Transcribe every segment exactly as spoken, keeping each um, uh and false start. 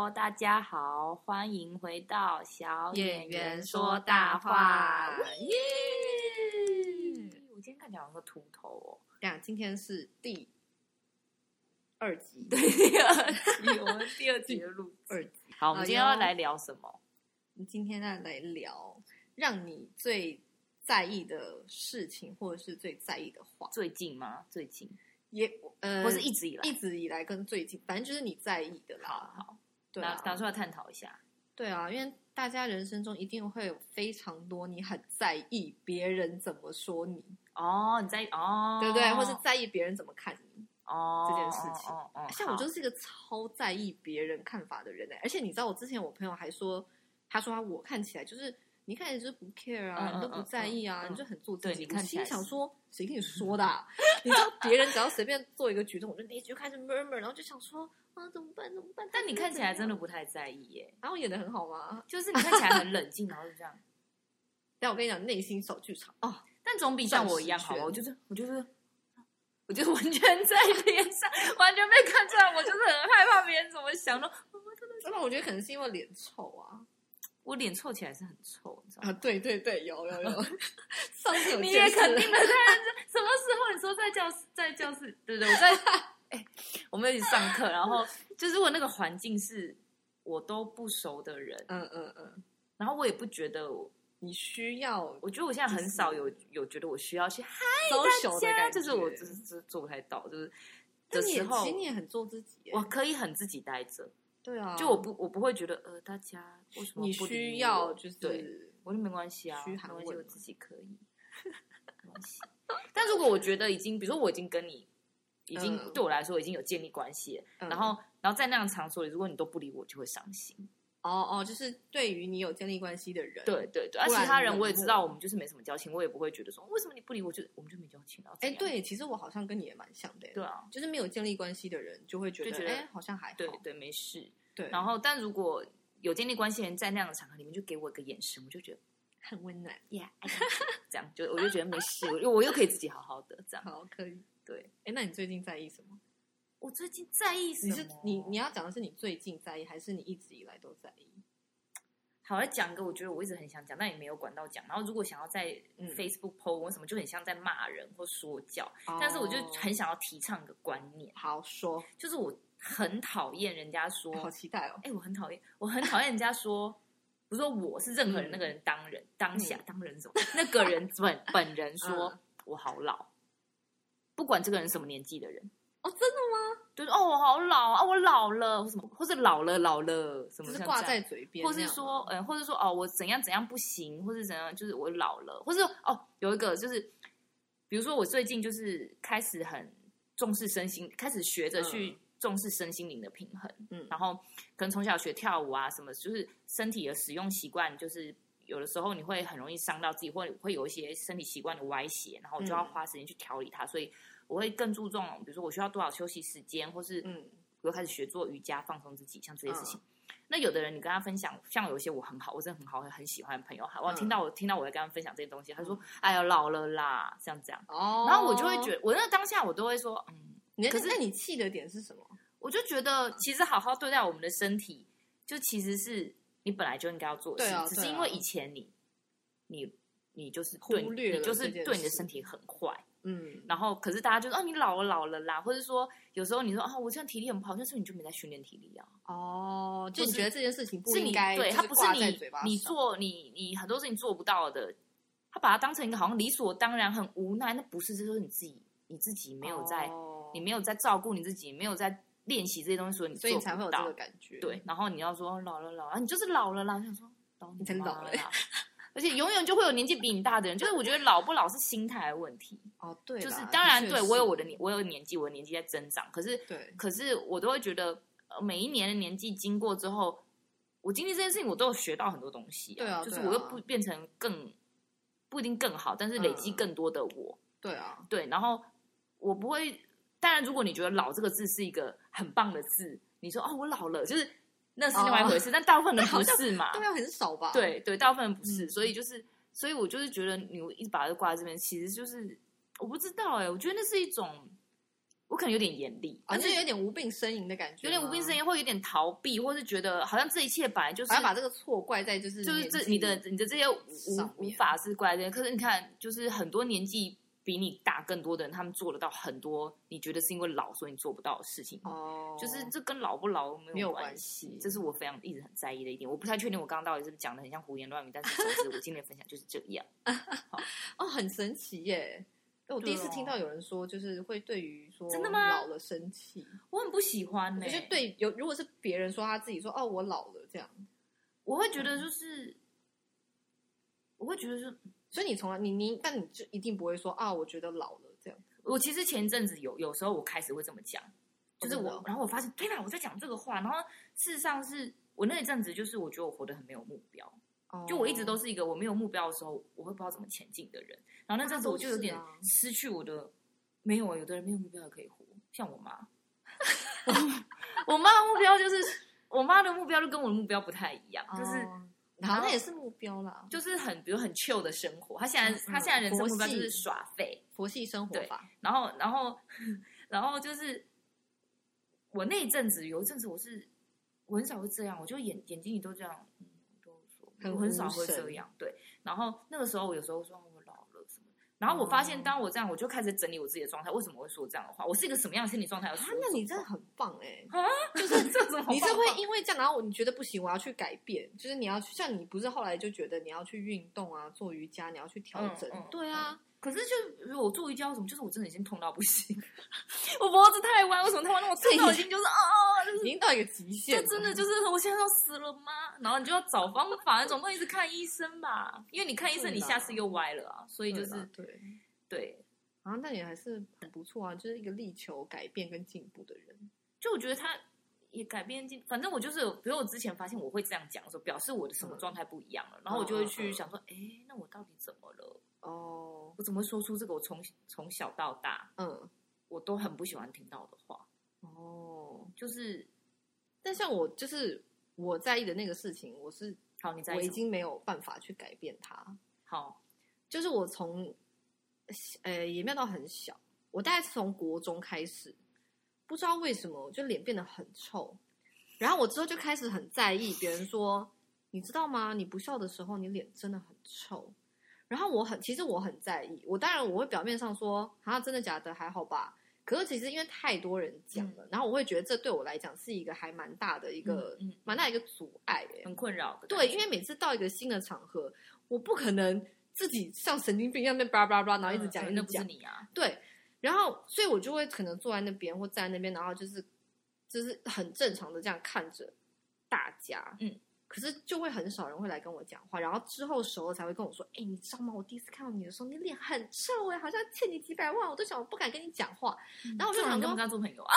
Hello， 大家好，欢迎回到小演员说说大话耶！我今天看起来好像秃头哦。 呀，今天是第二集， 对，第二集，我们第二集的录二集。 好，我们今天要来聊什么？ 我们今天要来聊让你最在意的事情，或者是最在意的话。 最近吗？最近也呃， 或是一直以来， 一直以来跟最近，反正就是你在意的啦。 好好， 对啊， 拿拿出来探讨一下。 对啊，因为大家人生中一定会有非常多你很在意别人怎么说你哦，你在意哦， 对不对？或是在意别人怎么看你哦这件事情。 哦哦哦， 像我就是一个超在意别人看法的人哎、欸，而且你知道，我之前我朋友还说，他说他我看起来就是你看起来就是不 care 啊， 嗯、 你都不在意啊， 嗯嗯、 你就很做自己。 对，你看起来我心想说，谁跟你说的、啊？你知道别人只要随便做一个举动，我就那就开始 murmur， 然后就想说啊怎么办怎么办？ 但你看起来真的不太在意耶。 然后我演得很好吗？ 就是你看起来很冷静，然后就这样。 但我跟你讲，内心小剧场哦， 但总比像我一样好吧？我就是我就是。我就完全在边上，完全被看出来，我就是很害怕别人怎么想的。 真的，我觉得可能是因为脸臭啊， 我脸臭起来是很臭，你知道吗？ 啊，对对对，有有有。上次有你也肯定的，什么时候？你说在教室，在教室，对对，我在，哎、欸，我们一起上课，然后就是如果那个环境是我都不熟的人， 嗯嗯嗯， 然后我也不觉得我。 你需要， 我觉得我现在很少有有觉得我需要去嗨大家，就是我就是就是做不太到，就是的时候， 其实你也很做自己， 我可以很自己待着，对啊， 就我不我不会觉得呃大家为什么你需要就是对我就没关系啊， 嘘寒问暖， 我自己可以，没关系。但如果我觉得已经，比如说我已经跟你已经、嗯、对我来说已经有建立关系了，嗯、然后然后在那样的场所里，如果你都不理我，就会伤心。 哦哦，就是对于你有建立关系的人， 对对对，而、啊、其他人我也知道，我们就是没什么交情，我也不会觉得说为什么你不理我，就我们就没交情了。 哎，对，其实我好像跟你也蛮像的， 对啊， 就是没有建立关系的人就会觉得，哎，好像还好， 对对，没事。 对， 然后但如果有建立关系的人在那样的场合里面，就给我一个眼神，我就觉得很温暖 ，yeah， 这样就我就觉得没事，我我又可以自己好好的这样， 好可以。 对， 哎，那你最近在意什么？ 我最近在意什么？ 你是你你要讲的是你最近在意，还是你一直以来都在意？ 好，来讲个我觉得我一直很想讲，但也没有管到讲。然后如果想要在 Facebook po 我什么，就很像在骂人或说教。嗯、但是我就很想要提倡一个观念。 好说， 就是我很讨厌人家说， 好期待哦！ 哎、欸，我很讨厌，我很讨厌人家说，不是说我是任何人，嗯、那个人当人当下、嗯、当人什么，那个人本本人说、嗯、我好老，不管这个人什么年纪的人。 哦，真的吗？ 就是哦，我好老啊，我老了，或什么，或是老了老了，什么就是挂在嘴边， 或是说，嗯，或者说哦，我怎样怎样不行，或是怎样，就是我老了，或是哦，有一个就是，比如说我最近就是开始很重视身心，开始学着去重视身心灵的平衡，嗯，然后可能从小学跳舞啊什么，就是身体的使用习惯，就是有的时候你会很容易伤到自己，或者会有一些身体习惯的歪斜，然后我就要花时间去调理它，所以。我会更注重，比如说我需要多少休息时间，或是嗯，我开始学做瑜伽放松自己，像这些事情。嗯、那有的人你跟他分享，像有一些我很好，我真的很好，很喜欢的朋友，我听到我、嗯、听到我在跟他分享这些东西，他说：“哎呀，老了啦，像这样。”哦，然后我就会觉得，我那个当下我都会说，嗯， 可是那你气的点是什么？ 我就觉得，其实好好对待我们的身体，就其实是你本来就应该要做的事， 啊啊、 只是因为以前你，你，你就是对忽略了， 你就是对你的身体很坏。 嗯， 然后可是大家就说哦，你老了老了啦，或者说有时候你说哦，我现在体力很不好，但是你就没在训练体力啊。 哦，就你觉得这件事情不应该， 对，它不是你你做做你你很多事情做不到的，他把它当成一个好像理所当然、很无奈，那不是，就是你自己你自己没有在，哦、你没有在照顾你自己，没有在练习这些东西，所以你做不到， 所以你才会有这个感觉。 对，然后你要说老了老了，你就是老了啦，我想说老你才老了啦。 而且永远就会有年纪比你大的人，就是我觉得老不老是心态的问题。 哦，对， 就是当然对我有我的年，我有年纪，我的年纪在增长，可是对， 可是我都会觉得，呃，每一年的年纪经过之后，我经历这件事情，我都有学到很多东西、啊。 对啊， 就是我又不变成更不一定更好，但是累积更多的我。 嗯、对啊， 对，然后我不会。当然，如果你觉得“老”这个字是一个很棒的字，你说哦，我老了，就是那是另外一回事。哦、但大部分人不是嘛？ 对啊，很少吧？ 对对，大部分人不是，嗯、所以就是，所以我就是觉得你一直把它挂在这边，其实就是我不知道哎、欸，我觉得那是一种我可能有点严厉， 而且有点无病呻吟的感觉， 有点无病呻吟，或有点逃避，或是觉得好像这一切本来就是， 还要把这个错怪在就是就是这你的你的这些无无法是怪在，可是你看，就是很多年纪比你大更多的人，他们做得到很多你觉得是因为老所以你做不到的事情。哦，就是这跟老不老没有关系，这是我非常一直很在意的一点。我不太确定我刚刚到底是不是讲的很像胡言乱语，但是总之我今天的分享就是这样。 哦，很神奇耶！我第一次听到有人说，就是会对于说真的吗老了生气， 我很不喜欢呢、 欸。就是对有如果是别人说他自己说哦我老了这样， 我会觉得就是，我会觉得是， 所以你从来你你但你就一定不会说啊我觉得老了这样。 我其实前一阵子有有时候我开始会这么讲，就是我，哦、然后我发现天哪我在讲这个话，然后事实上是我那一阵子就是我觉得我活得很没有目标。就我一直都是一个我没有目标的时候，我会不知道怎么前进的人。然后那阵子我就有点失去我的，没有啊，有的人没有目标也可以活，像我妈。我妈的目标就是，我妈的目标就跟我的目标不太一样，就是， 然后那也是目标啦， 就是很比如很 chill 的生活。她现在她现在人生目标就是耍废， 佛系生活法。 然后然后然后就是我那一阵子有一阵子我是我很少会这样，我就眼眼睛里都这样。我很少会这样，对。然后那个时候，我有时候说我老了什么，然后我发现，当我这样，我就开始整理我自己的状态。为什么会说这样的话？我是一个什么样的心理状态？啊， 那你真的很棒哎！ 啊，就是这种， 你是会因为这样，然后你觉得不行，我要去改变，就是你要像你不是后来就觉得你要去运动啊，做瑜伽，你要去调整，嗯嗯、对啊。 嗯可是就我做瑜伽什么，就是我真的已经痛到不行，我脖子太弯，为什么太弯？那我痛到已经就是啊，就是已经到一个极限， 就真的就是我现在要死了吗？然后你就要找方法，总不能一直看医生吧？因为你看医生，你下次又歪了啊，所以就是对对啊，但也还是很不错啊，就是一个力求改变跟进步的人。 就我觉得他也改变进，反正我就是，比如我之前发现我会这样讲的时候，表示我的什么状态不一样了，然后我就会去想说，哎、嗯，那我到底怎么了？哦，我怎么会说出这个我从从小到大，嗯，我都很不喜欢听到的话。哦，就是， 但像我就是我在意的那个事情，我是好，你在意， 我已经没有办法去改变它。 好， 就是我从，呃，也没有到很小，我大概是从国中开始，不知道为什么，我就脸变得很臭，然后我之后就开始很在意别人说，你知道吗？你不笑的时候，你脸真的很臭。然后我很，其实我很在意。我当然我会表面上说，啊，真的假的，还好吧。可是其实因为太多人讲了，嗯、然后我会觉得这对我来讲是一个还蛮大的一个，嗯嗯、蛮大的一个阻碍、欸， 很困扰的。 对，因为每次到一个新的场合，我不可能自己像神经病一样那边叭叭叭，然后一直讲、嗯、一直讲。 那不是你啊？ 对，然后所以我就会可能坐在那边或站在那边，然后就是就是很正常的这样看着大家，嗯。可是就会很少人会来跟我讲话，然后之后熟了才会跟我说：“哎、欸，你知道吗？我第一次看到你的时候，你脸很臭哎、欸，好像欠你几百万，我都想我不敢跟你讲话。嗯”然后我就想说， 跟不跟他做朋友啊？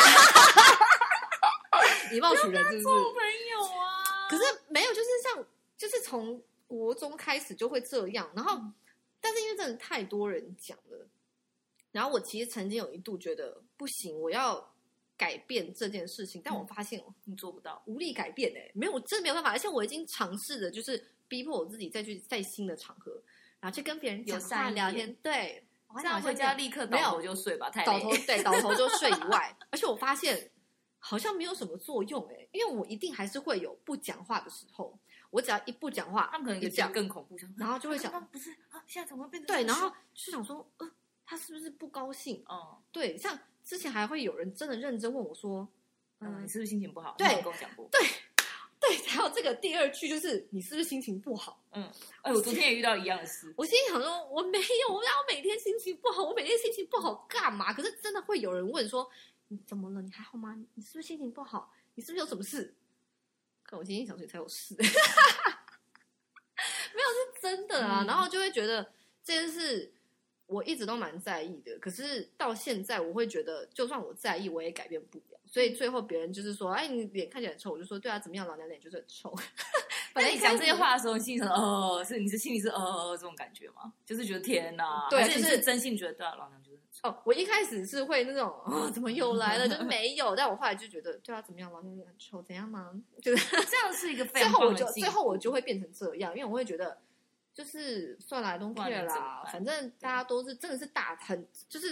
以貌取人是不是？ 做朋友啊？ 可是没有，就是像就是从国中开始就会这样，然后、嗯、但是因为真的太多人讲了，然后我其实曾经有一度觉得不行，我要改变这件事情，但我发现、 嗯、你做不到， 无力改变哎、欸，没有，我真的没有办法，而且我已经尝试的，就是逼迫我自己再去在新的场合，然后去跟别人讲话聊天，对， 这样回家立刻倒头就睡吧，太累倒头对倒头就睡以外，而且我发现好像没有什么作用哎、欸，因为我一定还是会有不讲话的时候，我只要一不讲话， 他们可能就讲更恐怖， 然后就会想， 啊、不是啊，现在怎么会变成对，然后就想说，呃，他是不是不高兴？哦、嗯，对，像。之前还会有人真的认真问我说：“ 嗯，你是不是心情不好？” 对， 你跟我讲过。 对，对，还有这个第二句就是你是不是心情不好？ 嗯，哎，我昨天也遇到一样的事。 我心里想说，我没有，我要每天心情不好，我每天心情不好干嘛？可是真的会有人问说：“你怎么了？你还好吗？你是不是心情不好？你是不是有什么事？”可我今天想说才有事，没有是真的啊。嗯、然后就会觉得这件事。我一直都蛮在意的，可是到现在我会觉得，就算我在意，我也改变不了。所以最后别人就是说：“哎，你脸看起来很臭。”我就说：“对啊，怎么样？老娘脸就是很臭。” 反正你讲这些话的时候，你心里哦，是你是心里是呃这种感觉吗？就是觉得天哪， 对， 就是、是真心觉得对啊，老娘就是哦。我一开始是会那种哦，怎么又来了？就是没有，但我后来就觉得对啊，怎么样？老娘脸很臭，怎样吗？就是这样是一个非常最后我就最后我就会变成这样，因为我会觉得。就是算了 ，don't care 啦，反正大家都是真的是大很，就是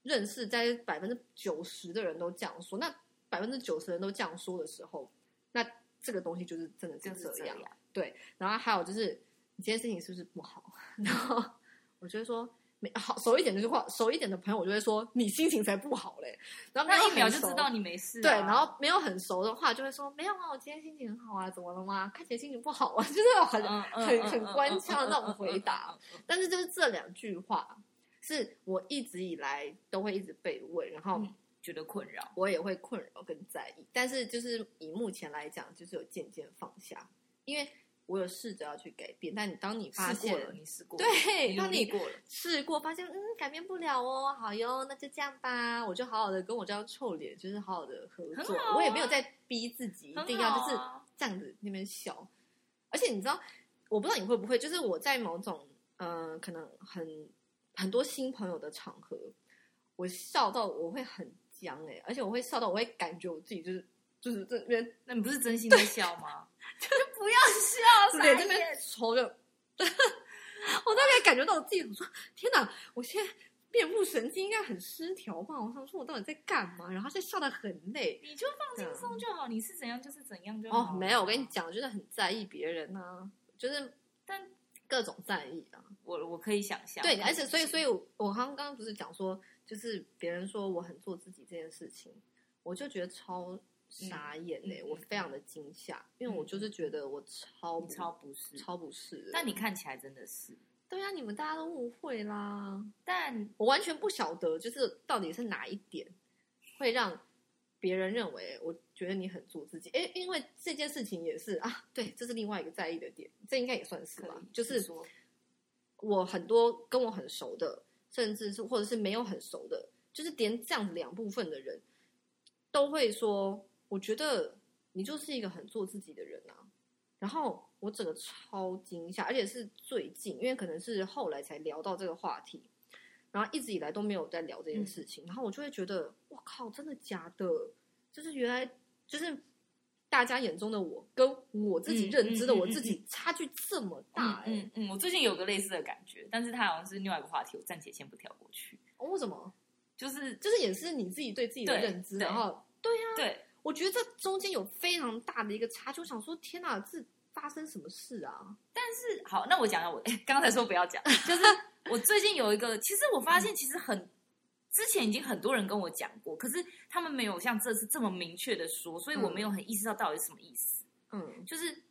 认识在百分之九十的人都这样说，那百分之九十人都这样说的时候，那这个东西就是真的是就是这样。 对，然后还有就是你这件事情是不是不好？然后我就会说。没好熟一点的话，熟一点的朋友，我就会说你心情才不好嘞。然后那一秒就知道你没事、啊。 对，然后没有很熟的话，就会说没有啊，我今天心情很好啊，怎么了吗？看起来心情不好啊，就是很、嗯、很很官腔的那种回答。但是就是这两句话，是我一直以来都会一直被问，然后、 嗯、觉得困扰， 我也会困扰跟在意。但是就是以目前来讲，就是有渐渐放下，因为。我有试着要去改变，但你当你发现试过了，你试过了， 对，当你过了试过，发现嗯改变不了哦，好哟，那就这样吧，我就好好的跟我这张臭脸，就是好好的合作， 啊、 我也没有在逼自己一定要就是这样子那边笑，而且你知道，我不知道你会不会，就是我在某种嗯、呃、可能很很多新朋友的场合，我笑到我会很僵哎、欸，而且我会笑到我会感觉我自己就是就是这边， 那你不是真心在笑吗？就不要笑， 脸这边抽着，我大概感觉到我自己，我说天哪，我现在面部神经应该很失调吧？我想说我到底在干嘛？然后现在笑得很累， 你就放轻松就好，你是怎样就是怎样就好。 哦，没有，我跟你讲，就是很在意别人啊，就是但各种在意啊。 我我可以想象， 对，而且所以所以我，我刚刚不是讲说，就是别人说我很做自己这件事情，我就觉得超。傻眼嘞、欸嗯！我非常的惊吓，因为我就是觉得我超超不是， 超不是。 但你看起来真的是。 对啊，你们大家都误会啦。 但我完全不晓得，就是到底是哪一点会让别人认为，我觉得你很做自己。哎，因为这件事情也是啊，对，这是另外一个在意的点，这应该也算是吧。就是我很多跟我很熟的，甚至是或者是没有很熟的，就是连这样两部分的人都会说。我觉得你就是一个很做自己的人啊，然后我整个超惊吓，而且是最近，因为可能是后来才聊到这个话题，然后一直以来都没有在聊这件事情，嗯、然后我就会觉得，我靠，真的假的？就是原来就是大家眼中的我，跟我自己认知的我自己差距这么大、欸， 嗯嗯嗯，我最近有个类似的感觉，但是它好像是另外一个话题，我暂且先不跳过去。 哦，为什么？ 就是就是也是你自己对自己的认知，然后对呀、啊， 对。 我觉得这中间有非常大的一个差距，我想说，天哪，这发生什么事啊？ 但是好，那我讲讲我刚才说不要讲，就是我最近有一个，其实我发现其实很之前已经很多人跟我讲过，可是他们没有像这次这么明确的说，所以我没有很意识到到底是什么意思。嗯，就是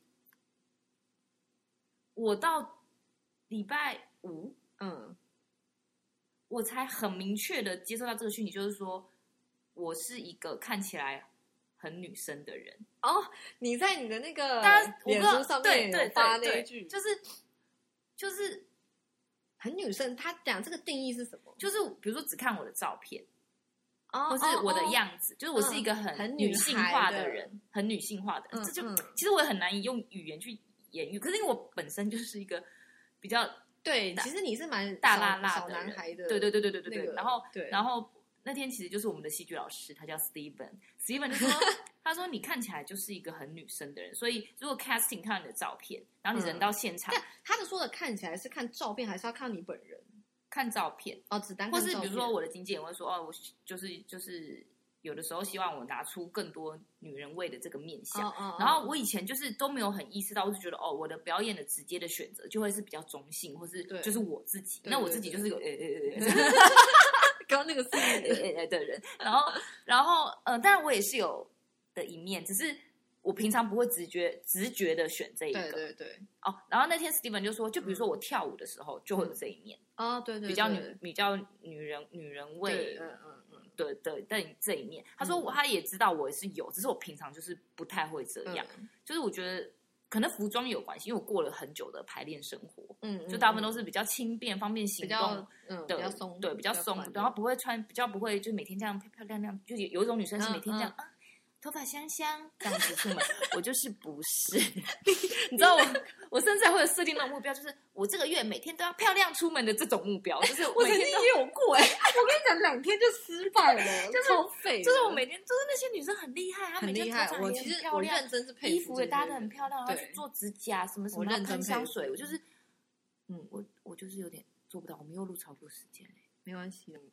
我到礼拜五，嗯，我才很明确的接受到这个讯息，就是说我是一个看起来很女生的人哦，你在你的那个脸书上面有发那一句， 就是就是很女生。他讲这个定义是什么？ 就是比如说只看我的照片， 哦， 或是我的样子， 哦、 就是我是一个很女性化的人，嗯、很女性化的人。嗯、这就、嗯、其实我也很难以用语言去言喻，可是因为我本身就是一个比较对，其实你是蛮大辣辣小男孩的， 对对对对对对对。 那个、 然后对， 然后。那天其实就是我们的戏剧老师，他叫 Steven，Steven 就说，他说你看起来就是一个很女生的人，所以如果 casting 看你的照片，然后你人到现场， 嗯、他的说的看起来是看照片，还是要看你本人？ 看照片哦，只单看照片，或是比如说我的经纪人会说，哦，我就是就是有的时候希望我拿出更多女人味的这个面相， 哦哦、 然后我以前就是都没有很意识到，我就觉得哦，我的表演的直接的选择就会是比较中性，或是就是我自己，那我自己就是有呃呃呃。 刚那个是的人，然后，然后，呃，当然我也是有的一面，只是我平常不会直觉直觉的选这一个， 对对对。 哦，然后那天 Steven 就说，就比如说我跳舞的时候就会有这一面， 啊、嗯哦，对对， 比较女比较女人女人味， 嗯嗯嗯， 的的的这一面，他说我他也知道我是有，只是我平常就是不太会这样，嗯、就是我觉得。可能服装有关系，因为我过了很久的排练生活，嗯，就大部分都是比较轻便、方便行动的， 嗯，比较松， 对，比较松，然后不会穿，比较不会，就每天这样漂漂亮亮，就有一种女生是每天这样、嗯嗯、啊，头发香香这样子出门，我就是不是，你知道我，我甚至还会有设定那种目标，就是我这个月每天都要漂亮出门的这种目标，就是我曾经也有过哎、欸，我跟你讲，两天就失败了， 就是超废， 就是我每天就是那些女生很厉害，她每天头发也很漂亮， 我认真是佩服， 衣服也搭得很漂亮，然后去做指甲什么什么， 认真喷香水，我就是，嗯，我我就是有点做不到，我们又录超过时间嘞， 没关系，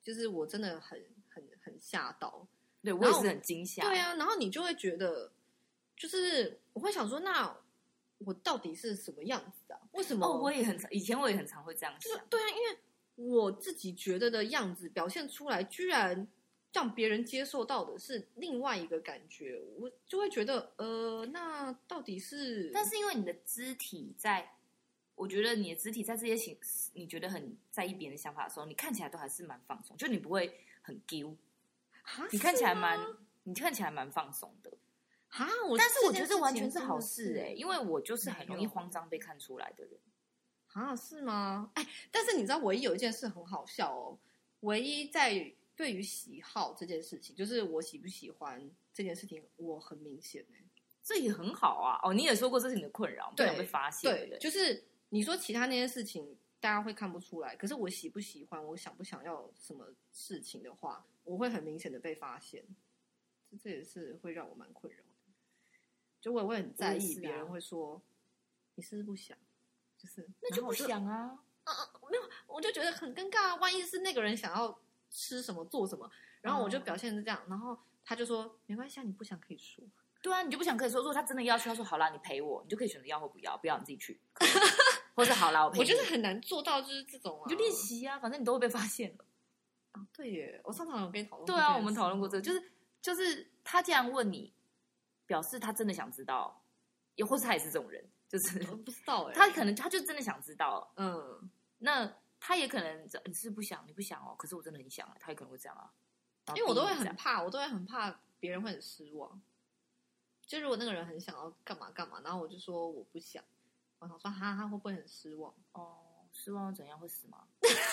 就是我真的很很很吓到。 对，我也是很惊吓。 对啊，然后你就会觉得，就是我会想说，那我到底是什么样子啊？为什么？ 哦，我也很以前我也很常会这样想。 对啊，因为我自己觉得的样子表现出来，居然让别人接受到的是另外一个感觉，我就会觉得，呃，那到底是？ 但是因为你的肢体在，我觉得你的肢体在这些情，你觉得很在意别人的想法的时候，你看起来都还是蛮放松，就你不会很丢。你看起来蛮，你看起来蛮放松的啊！我但是我觉得这完全是好事哎、欸，因为我就是很容易慌张被看出来的人啊，是吗？哎，但是你知道，唯一有一件事很好笑哦，唯一在对于喜好这件事情，就是我喜不喜欢这件事情，我很明显哎、欸， 这也很好啊。哦，你也说过这是你的困扰，不想被发现，对， 对，就是你说其他那些事情。大家会看不出来，可是我喜不喜欢，我想不想要什么事情的话，我会很明显的被发现，这也是会让我蛮困扰的。就我也会很在意别人会说、啊、你是不是不想，就是那就不想啊， 嗯嗯，没有，我就觉得很尴尬。万一是那个人想要吃什么做什么，然后我就表现成这样，嗯、然后他就说没关系，你不想可以说。 对啊，你就不想可以说，如果他真的要去，他说好啦，你陪我，你就可以选择要或不要，不要你自己去。或者好啦，我陪你。 我觉得很难做到，就是这种啊， 你就练习啊，反正你都会被发现了。 啊，对耶，我上场有跟你讨论过。 对啊，我们讨论过这个，就是就是他既然问你，表示他真的想知道，也或是他也是这种人，就是我不知道哎， 他可能他就真的想知道， 嗯， 那他也可能你是不想，你不想哦，可是我真的很想，他也可能会这样啊。 因为我都会很怕，我都会很怕别人会很失望。就如果那个人很想要干嘛干嘛，然后我就说我不想。我想说，哈，他会不会很失望？ 哦，失望怎样会死吗？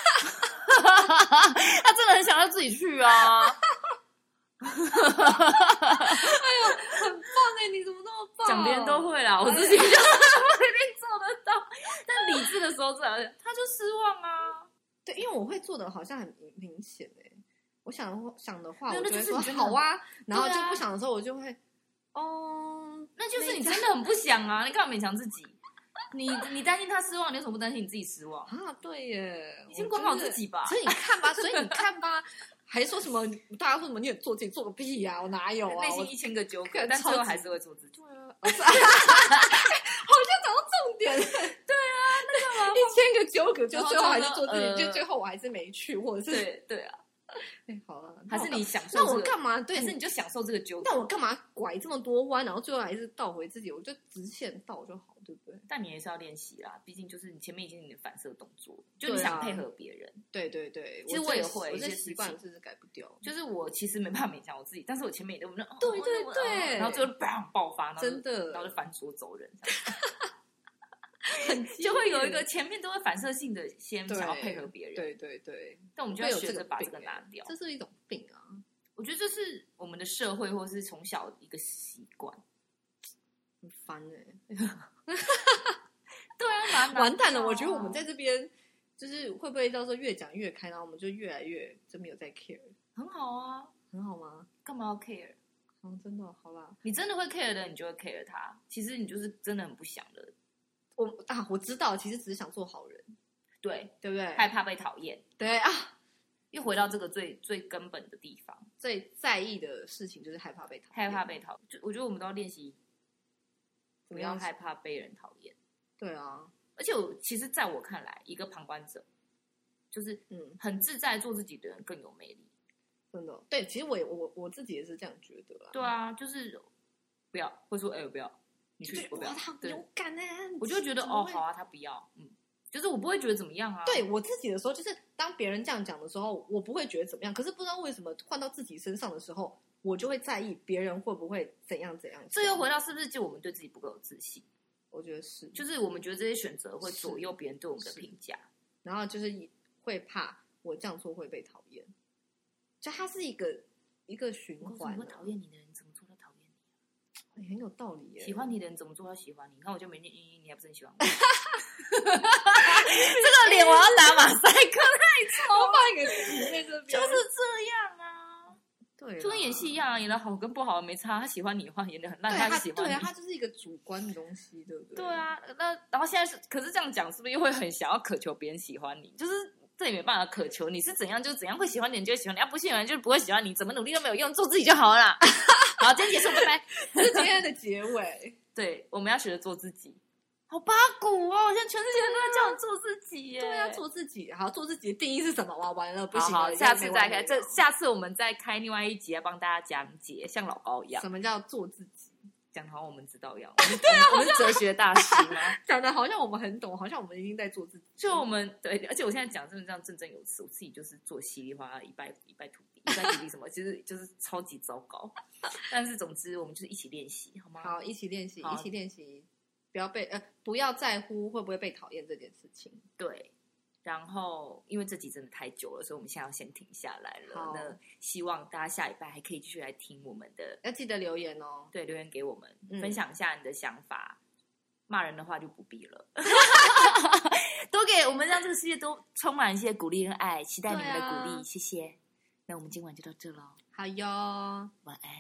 他真的很想要自己去啊！ 哎呦，很棒哎！你怎么那么棒？ 讲别人都会啦，我自己就不一定做得到。但理智的时候，这样他就失望啊。 对，因为我会做的好像很明显哎。我想想的话，我就会说好啊，然后就不想的时候，我就会哦， 那就是你真的很不想啊！你干嘛勉强自己？你你担心他失望，你为什么不担心你自己失望啊？对耶， 你先管好自己吧。 所以你看吧，所以你看吧，还说什么？大家说什么？你也做自己，做个屁呀、啊！我哪有啊？ 内心一千个纠葛，但最后还是会做自己。 对啊，好像讲到重点。对啊，那干嘛？ 一千个纠葛，就最后还是做自己，呃、就最后我还是没去，或者是对对啊。 哎，好了， 还是你享受、 这个？那我干嘛？对， 还是你就享受这个纠葛？ 那我干嘛拐这么多弯，然后最后还是倒回自己？我就直线倒就好，对不对？ 但你也是要练习啦，毕竟就是你前面已经是你的反射动作，就你想配合别人。 对对对， 其实我也会， 我这习惯是改不掉。 就是我其实没办法勉强我自己，但是我前面也都不能。 对对对， 然后最后砰爆发， 真的， 然后就反锁走人。就会有一个前面都会反射性的先想要配合别人， 对对对， 但我们就要学着把这个拿掉， 这是一种病啊！ 我觉得这是我们的社会或是从小一个习惯， 很烦哎、欸。 对啊， 完蛋了！我觉得我们在这边就是会不会到时候越讲越开，然后我们就越来越真没有在 care， 很好啊， 很好吗？ 干嘛要 care？ 嗯，真的好啦， 你真的会 care 的，你就会 care 他。其实你就是真的很不想的。 我啊，我知道，其实只是想做好人， 对对不对？ 害怕被讨厌， 对啊， 又回到这个最最根本的地方， 最在意的事情就是害怕被讨厌， 害怕被讨厌。就我觉得我们都要练习，不要害怕被人讨厌。 对啊， 而且我其实在我看来，一个旁观者，就是嗯，很自在做自己的人更有魅力。 真的，对，其实我也我我自己也是这样觉得啦。 对啊，就是不要会说哎、欸，不要。你去我不要， 他很勇敢哎！ 我就觉得哦，好啊，他不要，嗯，就是我不会觉得怎么样啊。 对我自己的时候，就是当别人这样讲的时候，我不会觉得怎么样。可是不知道为什么换到自己身上的时候，我就会在意别人会不会怎样怎样。 这又回到是不是就我们对自己不够有自信？ 我觉得是， 就是我们觉得这些选择会左右别人对我们的评价， 然后就是会怕我这样做会被讨厌，就它是一个一个循环、啊。 会讨厌你的人怎么做都讨厌你、 啊欸，很有道理耶。 喜欢你的人怎么做都喜欢你，你看我就没念英英，你还不是很喜欢我？这个脸我要打马赛克，太丑了， 放一个字在这边， 就是这样啊。 对， 就跟演戏一样，演的好跟不好没差。他喜欢你的话，演的很烂，他喜欢你。 对啊，他就是一个主观的东西，对不对？ 对啊，那然后现在是，可是这样讲，是不是又会很想要渴求别人喜欢你？就是这也没办法渴求，你是怎样就怎样，会喜欢你就会喜欢你，要、啊、不喜欢就是不会喜欢你，怎么努力都没有用，做自己就好了啦。好，今天结束，拜拜。 这是今天的结尾。 对，我们要学着做自己。好八股哦！现在全世界都在叫我做自己耶。 对啊，做自己。好，做自己的定义是什么？哇，完了，不行了。 好好，下次再开。这下次我们再开另外一集来帮大家讲解，像老高一样。 什么叫做自己？ 讲好像我们知道一样。对啊，我们是哲学大师吗？ 讲的好像我们很懂，好像我们已经在做自己。 就我们对，而且我现在讲真的这样振振有词，我自己就是做稀里哗啦，一败一败涂地，一败涂地什么，其实就是超级糟糕。但是总之，我们就是一起练习，好吗？ 好，一起练习，一起练习。不要被呃，不要在乎会不会被讨厌这件事情。 对，然后因为这集真的太久了，所以我们现在要先停下来了。那希望大家下礼拜还可以继续来听我们的， 要记得留言哦。 对，留言给我们，嗯、分享一下你的想法。骂人的话就不必了，多给我们，让这个世界都充满一些鼓励跟爱，期待你们的鼓励，啊、谢谢。那我们今晚就到这喽， 好哟， 晚安。